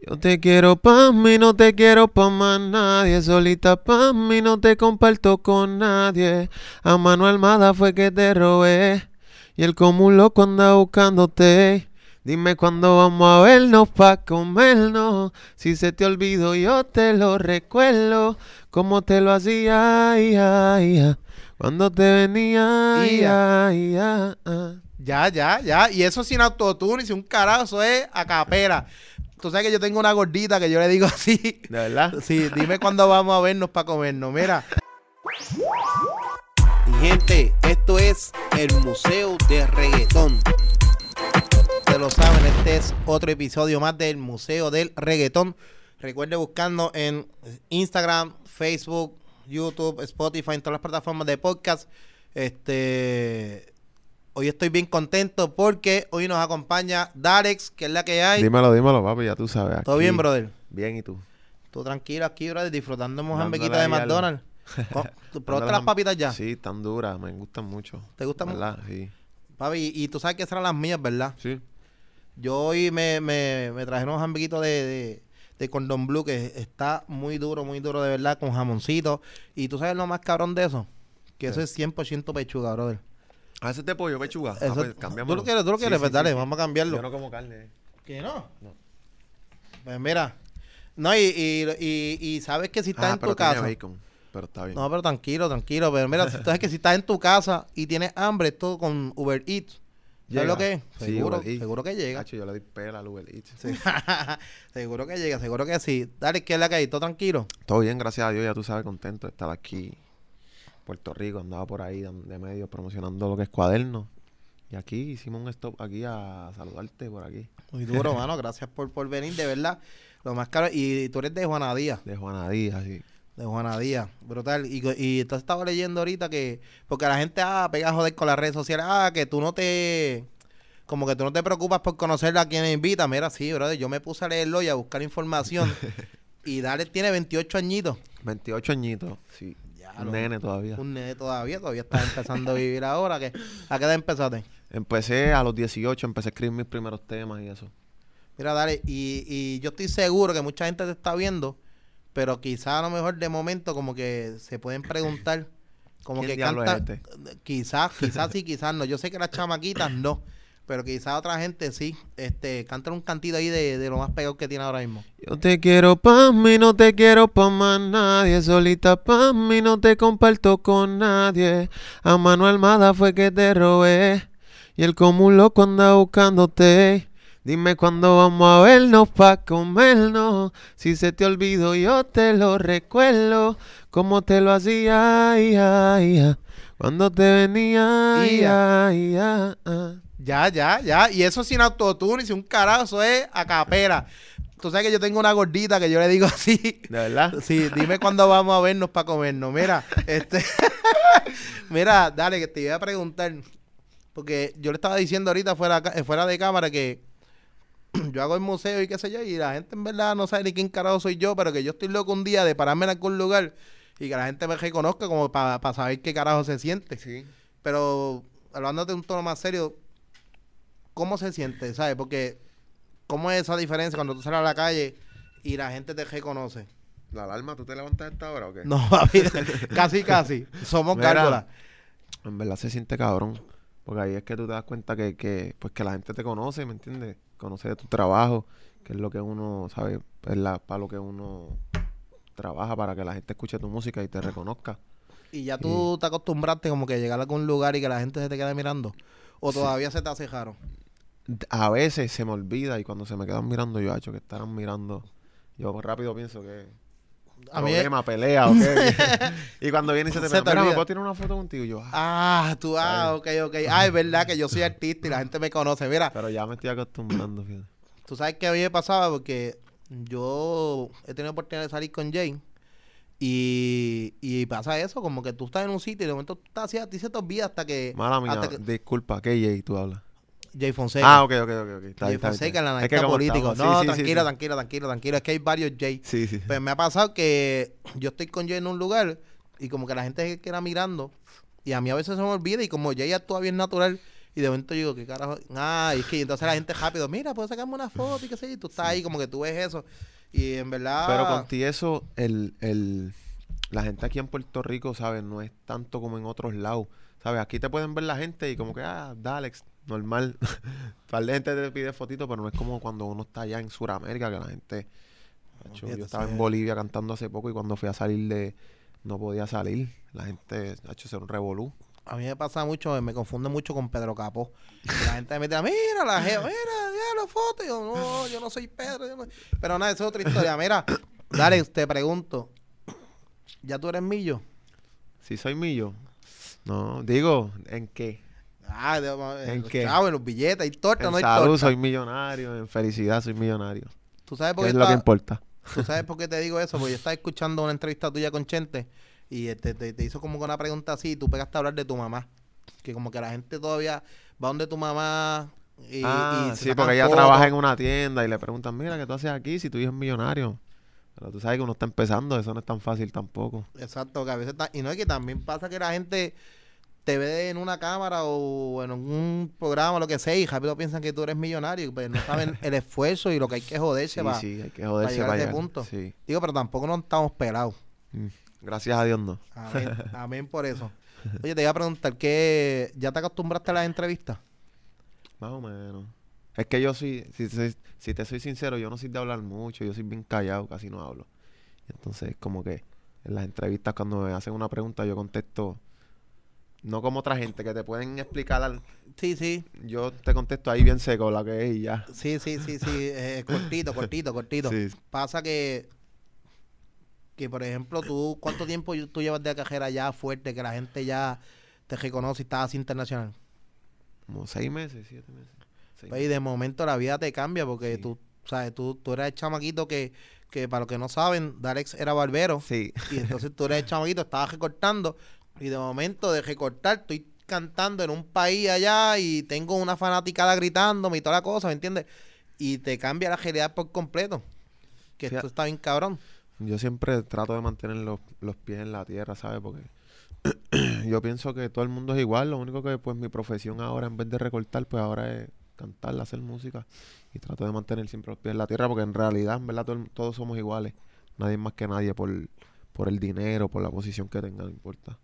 Yo te quiero pa' mí, no te quiero pa' más nadie. Solita pa' mí, no te comparto con nadie. A mano armada fue que te robé. Y el como un loco anda buscándote. Dime cuándo vamos a vernos pa' comernos. Si se te olvidó yo te lo recuerdo. Como te lo hacía, ia. Cuando te venía, ia. Ya. Y eso sin autotune y sin un carajo, eso es a capela. Tú sabes que yo tengo una gordita que yo le digo así. ¿De verdad? Sí, dime cuándo vamos a vernos para comernos. Mira. Y gente, esto es el Museo de Reggaetón. Ustedes lo saben, este es otro episodio más del Museo del Reggaetón. Recuerde buscarnos en Instagram, Facebook, YouTube, Spotify, en todas las plataformas de podcast. Hoy estoy bien contento porque hoy nos acompaña Darex, que es la que hay. Dímelo, papi, ya tú sabes. Aquí. ¿Todo bien, brother? Bien, ¿y tú? Tú tranquilo aquí, brother, disfrutando de Dándole hamburguitas de ahí al- McDonald's. ¿Tú probaste las papitas ya? Sí, están duras, me gustan mucho. ¿Te gustan mucho? ¿Verdad? Sí. Papi, y tú sabes que esas eran las mías, ¿verdad? Sí. Yo hoy me traje unos hamburguitos de Cordon Bleu que está muy duro de verdad, con jamoncito. Y tú sabes lo más cabrón de eso, que eso es 100% pechuga, brother. ¿A ese de pollo, pechuga? Eso, Pues, cambiamos. ¿Tú lo quieres? Pues dale, vamos a cambiarlo. Yo no como carne. ¿Qué no? No. Pues mira. No, y sabes que si estás en pero tu tiene casa. bacon, pero está bien. No, pero tranquilo. Pero mira, tú sabes que si estás en tu casa y tienes hambre, esto con Uber Eats. ¿Sabes Llega. lo que es? Sí, Seguro, Uber Eats. seguro que llega. Hacho, yo le doy pela al Uber Eats. Sí. Seguro que llega, seguro que sí. Dale, ¿qué es la que hay? ¿Todo tranquilo? Todo bien, gracias a Dios, ya tú sabes, contento de estar aquí en Puerto Rico. Andaba por ahí de medio promocionando lo que es Cuaderno. Y aquí hicimos un stop aquí a saludarte por aquí. Muy duro, mano. Gracias por venir, de verdad. Lo más caro. Y tú eres de Juana Díaz. De Juana Díaz, sí. De Juana Díaz. Brutal. Y entonces estaba leyendo ahorita que... Porque la gente pega a joder con las redes sociales. Que tú no te... Como que tú no te preocupas por conocer a quien invita. Mira, sí, brother. Yo me puse a leerlo y a buscar información. Y Dale tiene 28 añitos. 28 añitos, sí. Un nene todavía. Un nene todavía está empezando a vivir ahora. ¿A qué edad empezaste? Empecé a los 18, empecé a escribir mis primeros temas y eso. Mira, Dale, y yo estoy seguro que mucha gente te está viendo, pero quizá a lo mejor de momento como que se pueden preguntar, como ¿Quién que diablo canta, es quizás sí, quizás no. Yo sé que las chamaquitas no, pero quizás otra gente sí, cantan un cantito ahí de lo más pegado que tiene ahora mismo. Yo te quiero pa' mí, no te quiero pa' más nadie. Solita pa' mí, no te comparto con nadie. A mano armada fue que te robé. Y el como un loco anda buscándote. Dime cuándo vamos a vernos pa' comernos. Si se te olvidó yo te lo recuerdo. Como te lo hacía, ia. Cuando te venía, ia. Ya. Y eso sin autotune y sin un carajo, eso es a capela. Tú sabes que yo tengo una gordita que yo le digo así. ¿De verdad? Sí, dime cuándo vamos a vernos para comernos. Mira, mira, dale, que te iba a preguntar. Porque yo le estaba diciendo ahorita fuera de cámara que yo hago el museo y qué sé yo, y la gente en verdad no sabe ni quién carajo soy yo, pero que yo estoy loco un día de pararme en algún lugar y que la gente me reconozca como para saber qué carajo se siente. Sí. Pero hablando de un tono más serio, ¿cómo se siente? ¿Sabes? Porque ¿cómo es esa diferencia cuando tú sales a la calle y la gente te reconoce? ¿La alarma tú te levantas a esta hora o qué? No, papi, casi. Somos Mira, gárgolas. En verdad se siente cabrón. Porque ahí es que tú te das cuenta que la gente te conoce, ¿me entiendes? Conoce de tu trabajo, que es lo que uno, ¿sabes? Para lo que uno trabaja, para que la gente escuche tu música y te reconozca. ¿Y ya tú te acostumbraste como que llegar a algún lugar y que la gente se te quede mirando? ¿O todavía se te hace raro? A veces se me olvida y cuando se me quedan mirando yo, que estarán mirando. Yo rápido pienso que... A mí problema, pelea, ¿o qué? Y cuando viene y se te Se te mira, ¿me olvida. puedo tirar una foto contigo? Y yo, Ok. Es verdad que yo soy artista y la gente me conoce. Mira, pero ya me estoy acostumbrando, fíjate. tú sabes que a mí me pasaba porque yo he tenido oportunidad de salir con Jay y pasa eso, como que tú estás en un sitio y de momento tú estás así, a ti se te olvida hasta que... Mala mía, hasta que disculpa, ¿qué Jay tú hablas? Jay Fonseca. Ok. Está Jay bien, Fonseca, el Es analista como político. estamos- No, sí, sí, tranquilo. Es que hay varios Jay. Sí. Pues me ha pasado que yo estoy con Jay en un lugar y como que la gente se queda mirando y a mí a veces se me olvida y como Jay actúa bien natural, Y de momento yo digo, ¿qué carajo? Ah, y es que entonces la gente rápido, mira, puedo sacarme una foto y qué sé yo. Y tú estás ahí como que tú ves eso. Y en verdad... Pero contigo eso, la gente aquí en Puerto Rico, ¿sabes? No es tanto como en otros lados, ¿sabes? Aquí te pueden ver la gente y como que, Dalex, normal. Par de gente te pide fotitos, pero no es como cuando uno está allá en Sudamérica, que la gente... Yo estaba en Bolivia cantando hace poco y cuando fui a salir no podía salir. La gente, se un revolú. A mí me pasa mucho, me confunde mucho con Pedro Capó. La gente me mete, mira, la mira, ya la foto. Y yo no soy Pedro. Pero nada, esa es otra historia. Mira, dale, te pregunto. ¿Ya tú eres millo? ¿Sí soy millo? No, digo, ¿en qué? ¿En qué? Chavos, en los billetes, hay torta, no hay torta. En salud torta. soy millonario, en felicidad soy millonario. ¿Tú sabes por qué qué es lo que importa? ¿Tú sabes por qué te digo eso? Porque yo estaba escuchando una entrevista tuya con Chente y te hizo como que una pregunta así y tú pegaste a hablar de tu mamá. Que como que la gente todavía va donde tu mamá y se sí, sacan porque ella fotos. trabaja en una tienda y le preguntan, mira, ¿qué tú haces aquí si tu hijo es millonario? Pero tú sabes que uno está empezando, eso no es tan fácil tampoco. Exacto, que a veces y no es que también pasa que la gente te ve en una cámara o en un programa, lo que sea, y rápido piensan que tú eres millonario, pero no saben el esfuerzo y lo que hay que joderse para hay que joderse llegar a ese llegar. punto. Sí. Digo, pero tampoco no estamos pelados. Gracias a Dios no. Amén, amén por eso. Oye, te iba a preguntar, ¿qué ¿ya te acostumbraste a las entrevistas? Más o menos. Es que yo si te soy sincero, yo no soy de hablar mucho, yo soy bien callado, casi no hablo. Entonces, como que en las entrevistas cuando me hacen una pregunta, yo contesto, no como otra gente que te pueden explicar. Sí. Yo te contesto ahí bien seco la que es y ya. Sí. Cortito. Sí. Pasa que por ejemplo, tú, ¿cuánto tiempo tú llevas de carrera ya fuerte, que la gente ya te reconoce y estás así internacional? Como 6 meses, 7 meses. Pues, y de momento la vida te cambia porque Sí. tú, sabes, tú eres el chamaquito que para los que no saben, Dalex era barbero. Sí. Y entonces tú eres el chamaquito, estabas recortando y de momento de recortar estoy cantando en un país allá y tengo una fanaticada gritándome y toda la cosa, ¿me entiendes? Y te cambia la realidad por completo. Que Sí, esto está bien cabrón. Yo siempre trato de mantener los pies en la tierra, ¿sabes? Porque yo pienso que todo el mundo es igual. Lo único que, pues, mi profesión ahora, en vez de recortar, pues ahora es cantar, hacer música. Y trato de mantener siempre los pies en la tierra, porque en realidad, en verdad, todos somos iguales. Nadie es más que nadie por el dinero, por la posición que tenga, no importa.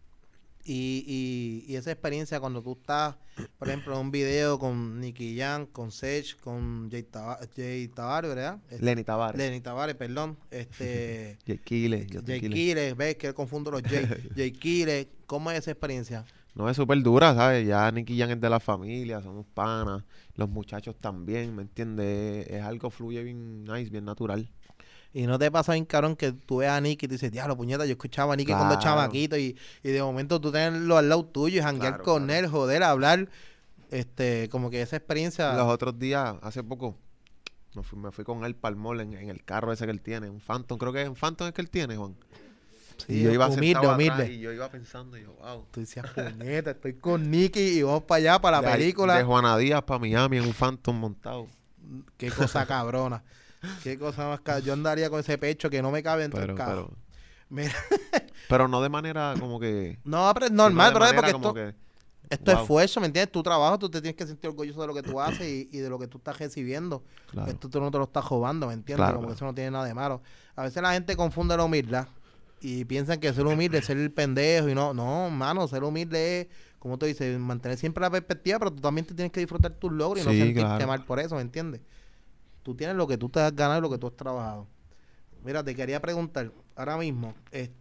Y esa experiencia cuando tú estás, por ejemplo, en un video con Nicky Jam, con Sech, con Jay Tavares, ¿verdad? Lenny Tavares. Lenny Tavares, perdón. Jay Kile. Jay Kile, ves que confundo los Jay. Jay Kile, ¿cómo es esa experiencia? No, es súper dura, ¿sabes? Ya Nicky Jam es de la familia, somos panas. Los muchachos también, ¿me entiendes? Es algo fluye bien nice, bien natural. Y no te pasa bien, cabrón, que tú ves a Nicky y te dices, diablo, puñeta, yo escuchaba a Nicky cuando chamaquito y de momento tú tenerlo al lado tuyo y janguear con él, joder, hablar, como que esa experiencia... Los otros días, hace poco, me fui con él para el mall en el carro ese que él tiene, un Phantom, creo que es un Phantom es que él tiene, Juan. Sí, y yo iba humilde. atrás, y yo iba pensando, y yo, wow. Tú decías, puñeta, estoy con Nicky y vamos para allá, para la película. De Juana Díaz para Miami en un Phantom montado. Qué cosa cabrona. Qué cosa más cabrona. Yo andaría con ese pecho que no me cabe entre el carro. Mira. Pero no de manera como que... No, pero es normal, bro, porque esto es wow. esfuerzo, ¿me entiendes? Tu trabajo, tú te tienes que sentir orgulloso de lo que tú haces y de lo que tú estás recibiendo. Claro. Esto tú no te lo estás robando, ¿me entiendes? Claro, como que eso no tiene nada de malo. A veces la gente confunde la humildad y piensan que ser humilde es ser el pendejo y no, mano, ser humilde es, como tú dices, mantener siempre la perspectiva, pero tú también te tienes que disfrutar tus logros y no sentirte mal por eso, ¿me entiendes? Tú tienes lo que tú te has ganado y lo que tú has trabajado. Mira, te quería preguntar, ahora mismo,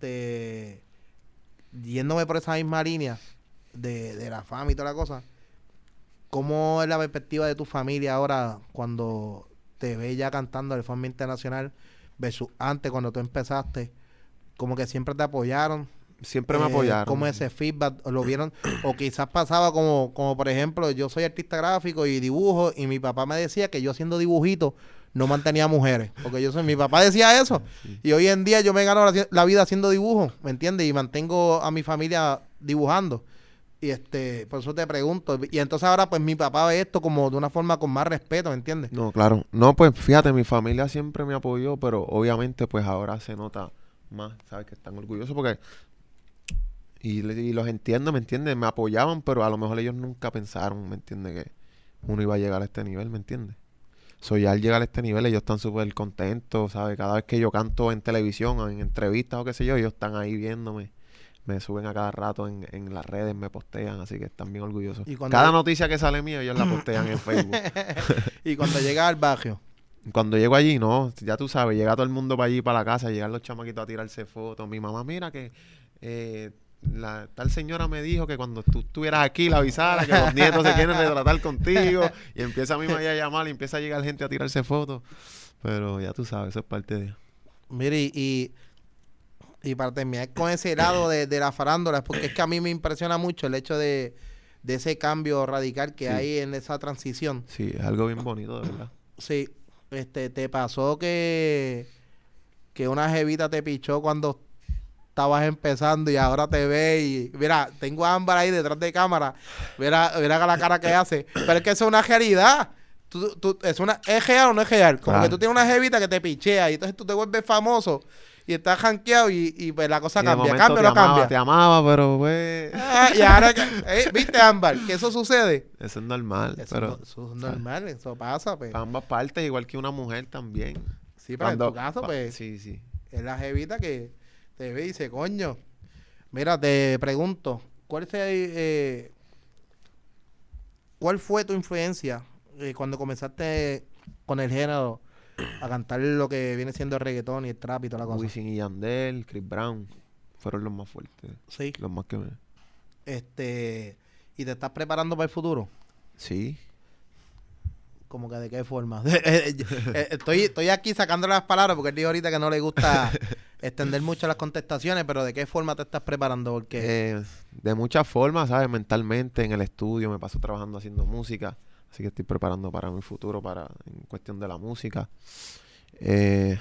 yéndome por esa misma línea de la fama y toda la cosa, ¿cómo es la perspectiva de tu familia ahora cuando te ves ya cantando de forma internacional versus antes cuando tú empezaste? Como que siempre te apoyaron. Siempre me apoyaron. ¿Cómo ese feedback lo vieron? O quizás pasaba como por ejemplo, yo soy artista gráfico y dibujo y mi papá me decía que yo haciendo dibujitos no mantenía mujeres. Porque mi papá decía eso. Sí. Y hoy en día yo me gano la vida haciendo dibujos, ¿me entiendes? Y mantengo a mi familia dibujando. Y por eso te pregunto. Y entonces ahora pues mi papá ve esto como de una forma con más respeto, ¿me entiendes? No, claro. No, pues fíjate, mi familia siempre me apoyó, pero obviamente pues ahora se nota más, ¿sabes? Que están orgullosos porque Y los entiendo, ¿me entiendes? Me apoyaban, pero a lo mejor ellos nunca pensaron, ¿me entiendes? Que uno iba a llegar a este nivel, ¿me entiendes? Ya al llegar a este nivel ellos están súper contentos, ¿sabes? Cada vez que yo canto en televisión o en entrevistas o qué sé yo, ellos están ahí viéndome. Me suben a cada rato en las redes, me postean, así que están bien orgullosos. Cada noticia que sale mío, ellos la postean en Facebook. Y cuando llega al barrio. Cuando llego allí, no, ya tú sabes, llega todo el mundo para allí, para la casa, llegan los chamaquitos a tirarse fotos. Mi mamá, mira que la tal señora me dijo que cuando tú estuvieras aquí la avisara, que los nietos se quieren retratar contigo. Y empieza a mi mamá a llamar y empieza a llegar gente a tirarse fotos. Pero ya tú sabes, eso es parte de... Mire, y para terminar con ese lado de la farándula, porque es que a mí me impresiona mucho el hecho de ese cambio radical que hay en esa transición. Sí, es algo bien bonito, de verdad. Sí, te pasó que una jevita te pichó cuando estabas empezando y ahora te ve y... Mira, tengo a Ámbar ahí detrás de cámara. Mira la cara que hace. Pero es que eso es una realidad. ¿Es real o no es real? Como que tú tienes una jevita que te pichea y entonces tú te vuelves famoso y estás janqueado y pues la cosa cambia. ¿Cambia o no cambia? Te amaba, pero pues... Y ahora, ¿viste, Ámbar? Que eso sucede. Eso es normal. Eso es normal, eso pasa, pues. Para ambas partes, igual que una mujer también. Sí, pero en tu caso, pues... Sí. Es la jevita que te ve y dice, coño. Mira, te pregunto, ¿cuál fue tu influencia cuando comenzaste con el género a cantar lo que viene siendo el reggaetón y el trap y toda la cosa? Wisin y Yandel, Chris Brown, fueron los más fuertes. Sí. Los más que me... ¿Y te estás preparando para el futuro? Sí. ¿Cómo que de qué forma? Estoy aquí sacándole las palabras porque él dijo ahorita que no le gusta extender mucho las contestaciones, pero ¿de qué forma te estás preparando? Porque de muchas formas, ¿sabes? Mentalmente, en el estudio, me paso trabajando haciendo música, así que estoy preparando para mi futuro, en cuestión de la música. En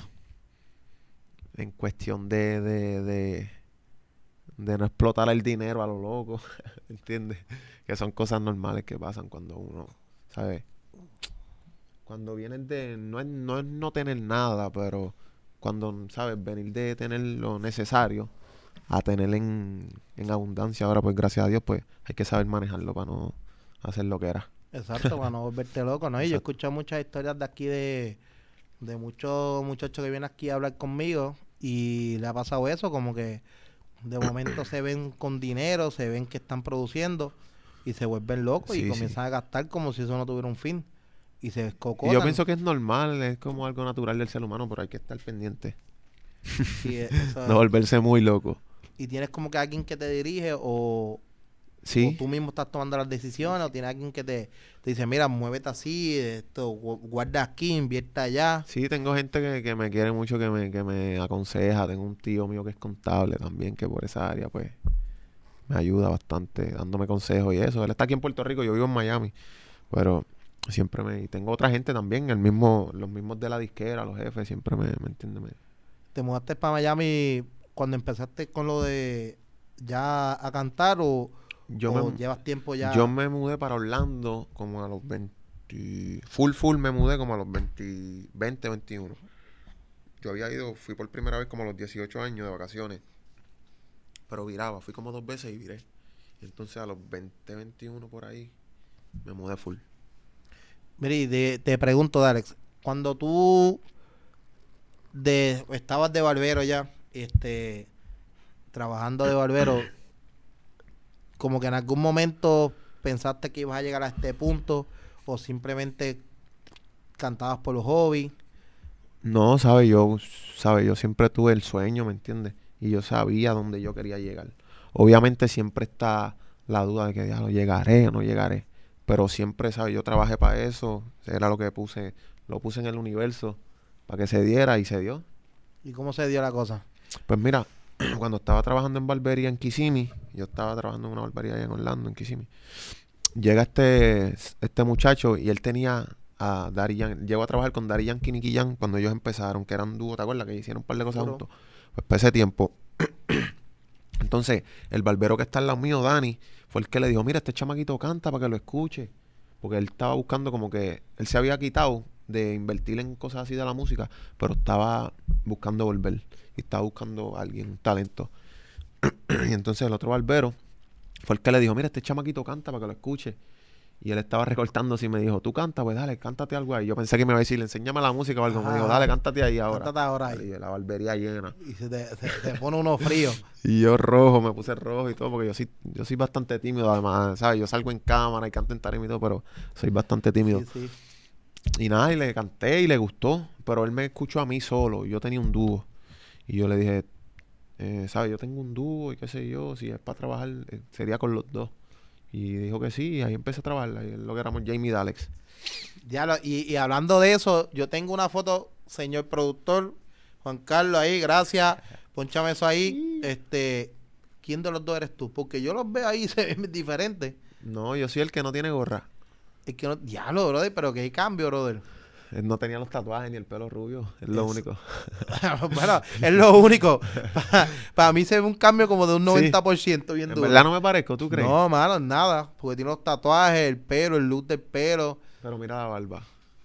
cuestión de no explotar el dinero a lo loco, ¿entiendes? Que son cosas normales que pasan cuando uno, ¿sabes? Cuando vienes no es no tener nada, pero cuando, ¿sabes? Venir de tener lo necesario a tener en abundancia. Ahora, pues, gracias a Dios, pues, hay que saber manejarlo para no hacer lo que era. Exacto, para no volverte loco, ¿no? Y yo he escuchado muchas historias de aquí de muchos muchachos que vienen aquí a hablar conmigo y le ha pasado eso, como que de momento se ven con dinero, se ven que están produciendo y se vuelven locos y comienzan a gastar como si eso no tuviera un fin. Y se descocotan. Y yo pienso que es normal, es como algo natural del ser humano, pero hay que estar pendiente. Sí, no volverse muy loco. ¿Y tienes como que alguien que te dirige o tú mismo estás tomando las decisiones o tienes alguien que te dice, mira, muévete así, guarda aquí, invierta allá? Sí, tengo gente que me quiere mucho, que me aconseja. Tengo un tío mío que es contable también, que por esa área pues me ayuda bastante, dándome consejos y eso. Él está aquí en Puerto Rico, yo vivo en Miami, pero... Y tengo otra gente también, los mismos de la disquera, los jefes, siempre me entienden. ¿Te mudaste para Miami cuando empezaste con lo de ya a cantar o llevas tiempo ya? Yo me mudé para Orlando como a los 20, full me mudé como a los 20, 21. Yo fui por primera vez como a los 18 años de vacaciones, pero fui como 2 veces y viré. Y entonces a los 20, 21 por ahí, me mudé full. Mire, te pregunto, Alex, cuando tú estabas de barbero ya, trabajando de barbero, como que en algún momento pensaste que ibas a llegar a este punto o simplemente cantabas por los hobbies. No, yo siempre tuve el sueño, ¿me entiendes? Y yo sabía dónde yo quería llegar. Obviamente siempre está la duda de que ya lo llegaré o no llegaré. Pero siempre, ¿sabes? Yo trabajé para eso. Era lo que lo puse en el universo para que se diera y se dio. ¿Y cómo se dio la cosa? Pues mira, cuando estaba trabajando en barbería en Kissimmee, yo estaba trabajando en una barbería allá en Orlando, en Kissimmee. Llega este muchacho y él tenía a Daddy Yankee. Llegó a trabajar con Daddy Yankee y Nicky Jam cuando ellos empezaron, que eran dúo, ¿te acuerdas? Que hicieron un par de cosas juntos. Pues para ese tiempo. Entonces, el barbero que está al lado mío, Dani, fue el que le dijo, mira, este chamaquito canta para que lo escuche. Porque él estaba buscando como que... Él se había quitado de invertir en cosas así de la música, pero estaba buscando volver. Y estaba buscando a alguien, un talento. Y entonces el otro barbero fue el que le dijo, mira, este chamaquito canta para que lo escuche. Y él estaba recortándose y me dijo, tú canta, pues dale, cántate algo ahí. Yo pensé que me iba a decir, enséñame la música o algo. Me dijo, dale, cántate ahí ahora. Cántate ahora ahí. Y la barbería llena. Y se te pone uno frío. Y yo rojo, me puse rojo y todo, porque yo soy bastante tímido además, ¿sabes? Yo salgo en cámara y canto en tarima y todo, pero soy bastante tímido. Sí. Y nada, y le canté y le gustó, pero él me escuchó a mí solo. Yo tenía un dúo. Y yo le dije, ¿sabes? Yo tengo un dúo y qué sé yo, si es para trabajar, sería con los dos. Y dijo que sí, y ahí empecé a trabajar. Ahí es lo que éramos Jamie y Alex. Y hablando de eso, yo tengo una foto, señor productor, Juan Carlos, ahí, gracias. Pónchame eso ahí. ¿Quién de los dos eres tú? Porque yo los veo ahí y se ven diferentes. No, yo soy el que no tiene gorra. Es que no, diablo, brother, pero que hay cambio, brother. Él no tenía los tatuajes ni el pelo rubio, es lo único. Bueno, es lo único. Para mí se ve un cambio como de un 90% bien En duro. verdad no me parezco, ¿tú crees? No, mano, nada. Porque tiene los tatuajes, el pelo, el look del pelo. Pero mira la barba.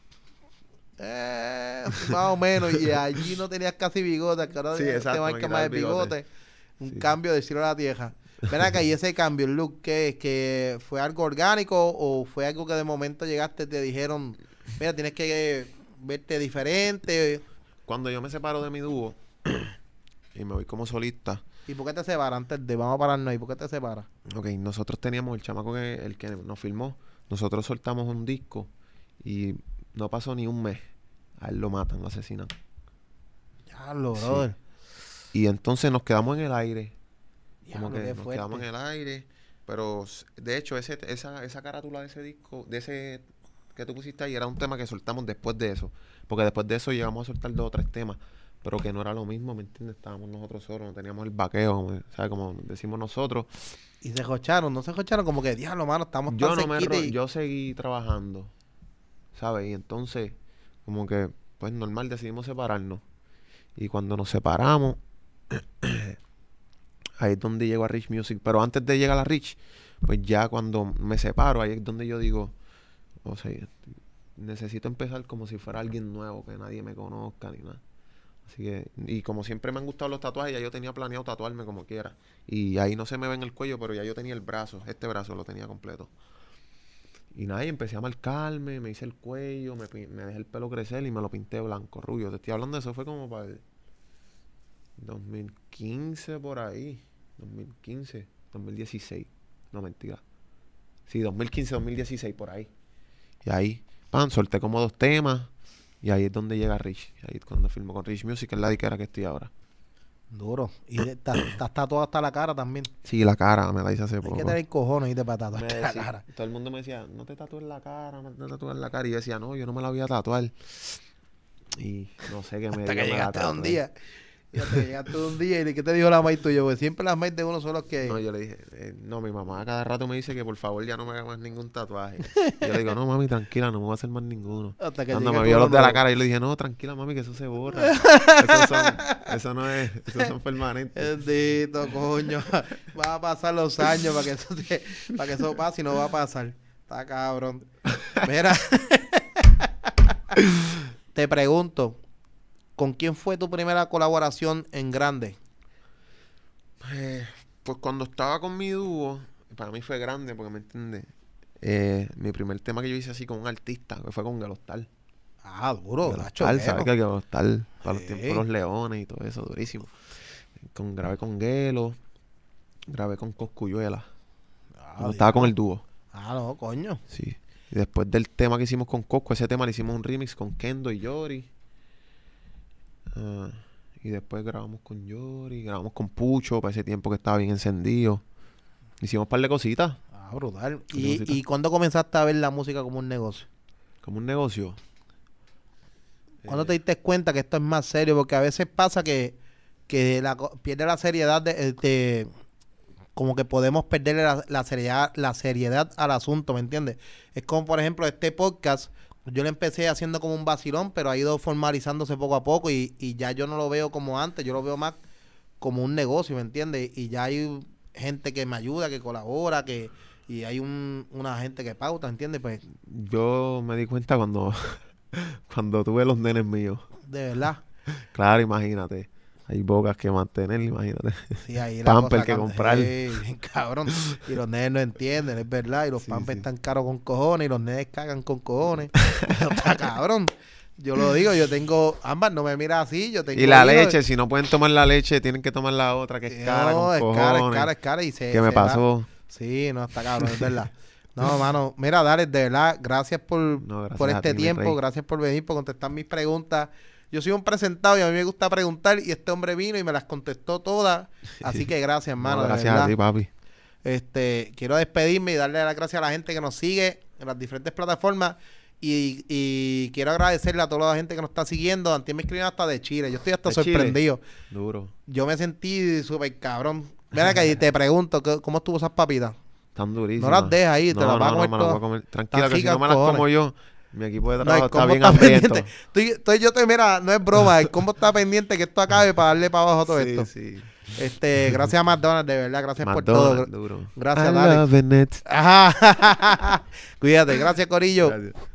Más o menos. Y allí no tenías casi bigote. Que ahora Sí, exacto, te me marca quitaba más el el bigote. bigote. Un Sí. cambio de cielo a la tierra. Ven acá, y ese cambio, el look, ¿qué es? ¿Que fue algo orgánico o fue algo que de momento llegaste y te dijeron, mira, tienes que verte diferente? Cuando yo me separo de mi dúo y me voy como solista, ¿Y por qué te separas antes de, vamos a pararnos ahí, por qué te separas? ok, nosotros teníamos el chamaco el que nos filmó, nosotros soltamos un disco y no pasó ni un mes, a él lo matan, lo asesinan. Diablo, Sí. brother. Y entonces nos quedamos en el aire, Diablo, como que qué nos fuerte. quedamos en el aire, pero de hecho esa carátula de ese disco, de ese que tú pusiste ahí, era un tema que soltamos después de eso, porque después de eso llegamos a soltar 2 o 3 temas, pero que no era lo mismo, ¿me entiendes? Estábamos nosotros solos, no teníamos el vaqueo, ¿sabes? Como decimos nosotros. Y se jocharon, no se jocharon, como que, diablo, mano, estamos tan cerquita y... Yo seguí trabajando, ¿sabes? Y entonces, como que, pues normal, decidimos separarnos. Y cuando nos separamos, ahí es donde llego a Rich Music. Pero antes de llegar a Rich, pues ya cuando me separo, ahí es donde yo digo, o sea, necesito empezar como si fuera alguien nuevo, que nadie me conozca ni nada. Así que, y como siempre me han gustado los tatuajes, ya yo tenía planeado tatuarme como quiera. Y ahí no se me ve en el cuello, pero ya yo tenía el brazo, este brazo lo tenía completo. Y nada, y empecé a marcarme, me hice el cuello, me dejé el pelo crecer y me lo pinté blanco, rubio. Te estoy hablando de eso, fue como para el 2015 por ahí. 2015, 2016. No, mentira. Sí, 2015, 2016 por ahí. Y ahí, solté como 2 temas. Y ahí es donde llega Rich. Ahí es cuando filmo con Rich Music, que es la disquera que estoy ahora. Duro. Y estás tatuado hasta la cara también. Sí, la cara me la hice hace Hay poco. que tener cojones y te para Me tatuarte la decía- cara. Todo el mundo me decía, no te tatúes la cara, no te tatúes la cara. Y yo decía, no, yo no me la voy a tatuar. Y no sé qué me Hasta dio, que me la llegaste un tatué. día. Y hasta que llegaste un día y ¿qué te dijo la maíz tuya? Porque siempre las maíz de uno son los que... No, yo le dije, no, mi mamá a cada rato me dice que por favor ya no me haga más ningún tatuaje. Y yo le digo, no, mami, tranquila, no me voy a hacer más ninguno. Hasta que Cuando llega me vio uno los de la nuevo. cara, yo le dije, no, tranquila, mami, que eso se borra. Eso no es, esos son permanentes. Bendito, coño. Va a pasar los años para que eso pase y no va a pasar. Está cabrón. Mira. Te pregunto, ¿con quién fue tu primera colaboración en grande? Pues cuando estaba con mi dúo, para mí fue grande, porque me entiendes. Mi primer tema que yo hice así con un artista, que fue con Gelostal. Ah, duro, Nacho. Gelostal, ¿sabes qué? Gelostal, para los Sí. tiempos de los leones y todo eso, durísimo. Grabé con Gelo, grabé con Coscuyuela. Cuando estaba con el dúo. Ah, no, coño. Sí. Y después del tema que hicimos con Cosco, ese tema le hicimos un remix con Kendo y Yori. Y después grabamos con Yori, grabamos con Pucho, para ese tiempo que estaba bien encendido. Hicimos un par de cositas, Ah, brutal. Qué cosita. ¿Y cuándo comenzaste a ver la música como un negocio? como un negocio. ¿Cuándo te diste cuenta que esto es más serio? Porque a veces pasa que pierde la seriedad como que podemos perderle la seriedad al asunto, ¿me entiendes? Es como, por ejemplo, este podcast, yo lo empecé haciendo como un vacilón, pero ha ido formalizándose poco a poco y ya yo no lo veo como antes, yo lo veo más como un negocio, ¿me entiendes? Y ya hay gente que me ayuda, que colabora, y hay una gente que pauta, ¿entiendes? Pues, Yo me di cuenta cuando tuve los nenes míos. de verdad. Claro, imagínate. Hay bocas que mantener, imagínate. Sí, ahí la Pamper cosa que cambia. comprar. Bien cabrón. Y los nenes no entienden, es verdad. Y los Sí, pampers sí. están caros con cojones. Y los nenes cagan con cojones. Está cabrón. Yo lo digo, yo tengo... Ámbar, no me mira así. Yo tengo Y la hijos. leche, si no pueden tomar la leche, tienen que tomar la otra que es cara No, con es cojones. cara, es cara. Y ¿Qué me pasó? Sí, no, está cabrón, es verdad. No, mano, mira, dale, de verdad, gracias por, No, gracias por a este ti, mi tiempo, rey. gracias por venir, por contestar mis preguntas. Yo soy un presentado y a mí me gusta preguntar y este hombre vino y me las contestó todas. Así que gracias, hermano, No, de gracias a verdad. ti, papi. Quiero despedirme y darle las gracias a la gente que nos sigue en las diferentes plataformas. Y quiero agradecerle a toda la gente que nos está siguiendo. Antes me escribieron hasta de Chile. Yo estoy hasta ¿De Chile? sorprendido. Duro. Yo me sentí súper cabrón. Ven acá y te pregunto, ¿cómo estuvo esas papitas? Están durísimas. No las dejes ahí, te las vas a comer me las voy todas. a comer. Tranquila, Están que si no ricas, me las como cojones. yo, mi equipo de No, trabajo el está combo bien está hambriento. pendiente. Mira, no es broma, el combo está pendiente que esto acabe para darle para abajo todo Sí, esto. sí. Gracias a McDonald's, de verdad, gracias por McDonald's, todo. duro. Gracias, I dale. love it. Ajá. Cuídate, gracias, Corillo. Gracias.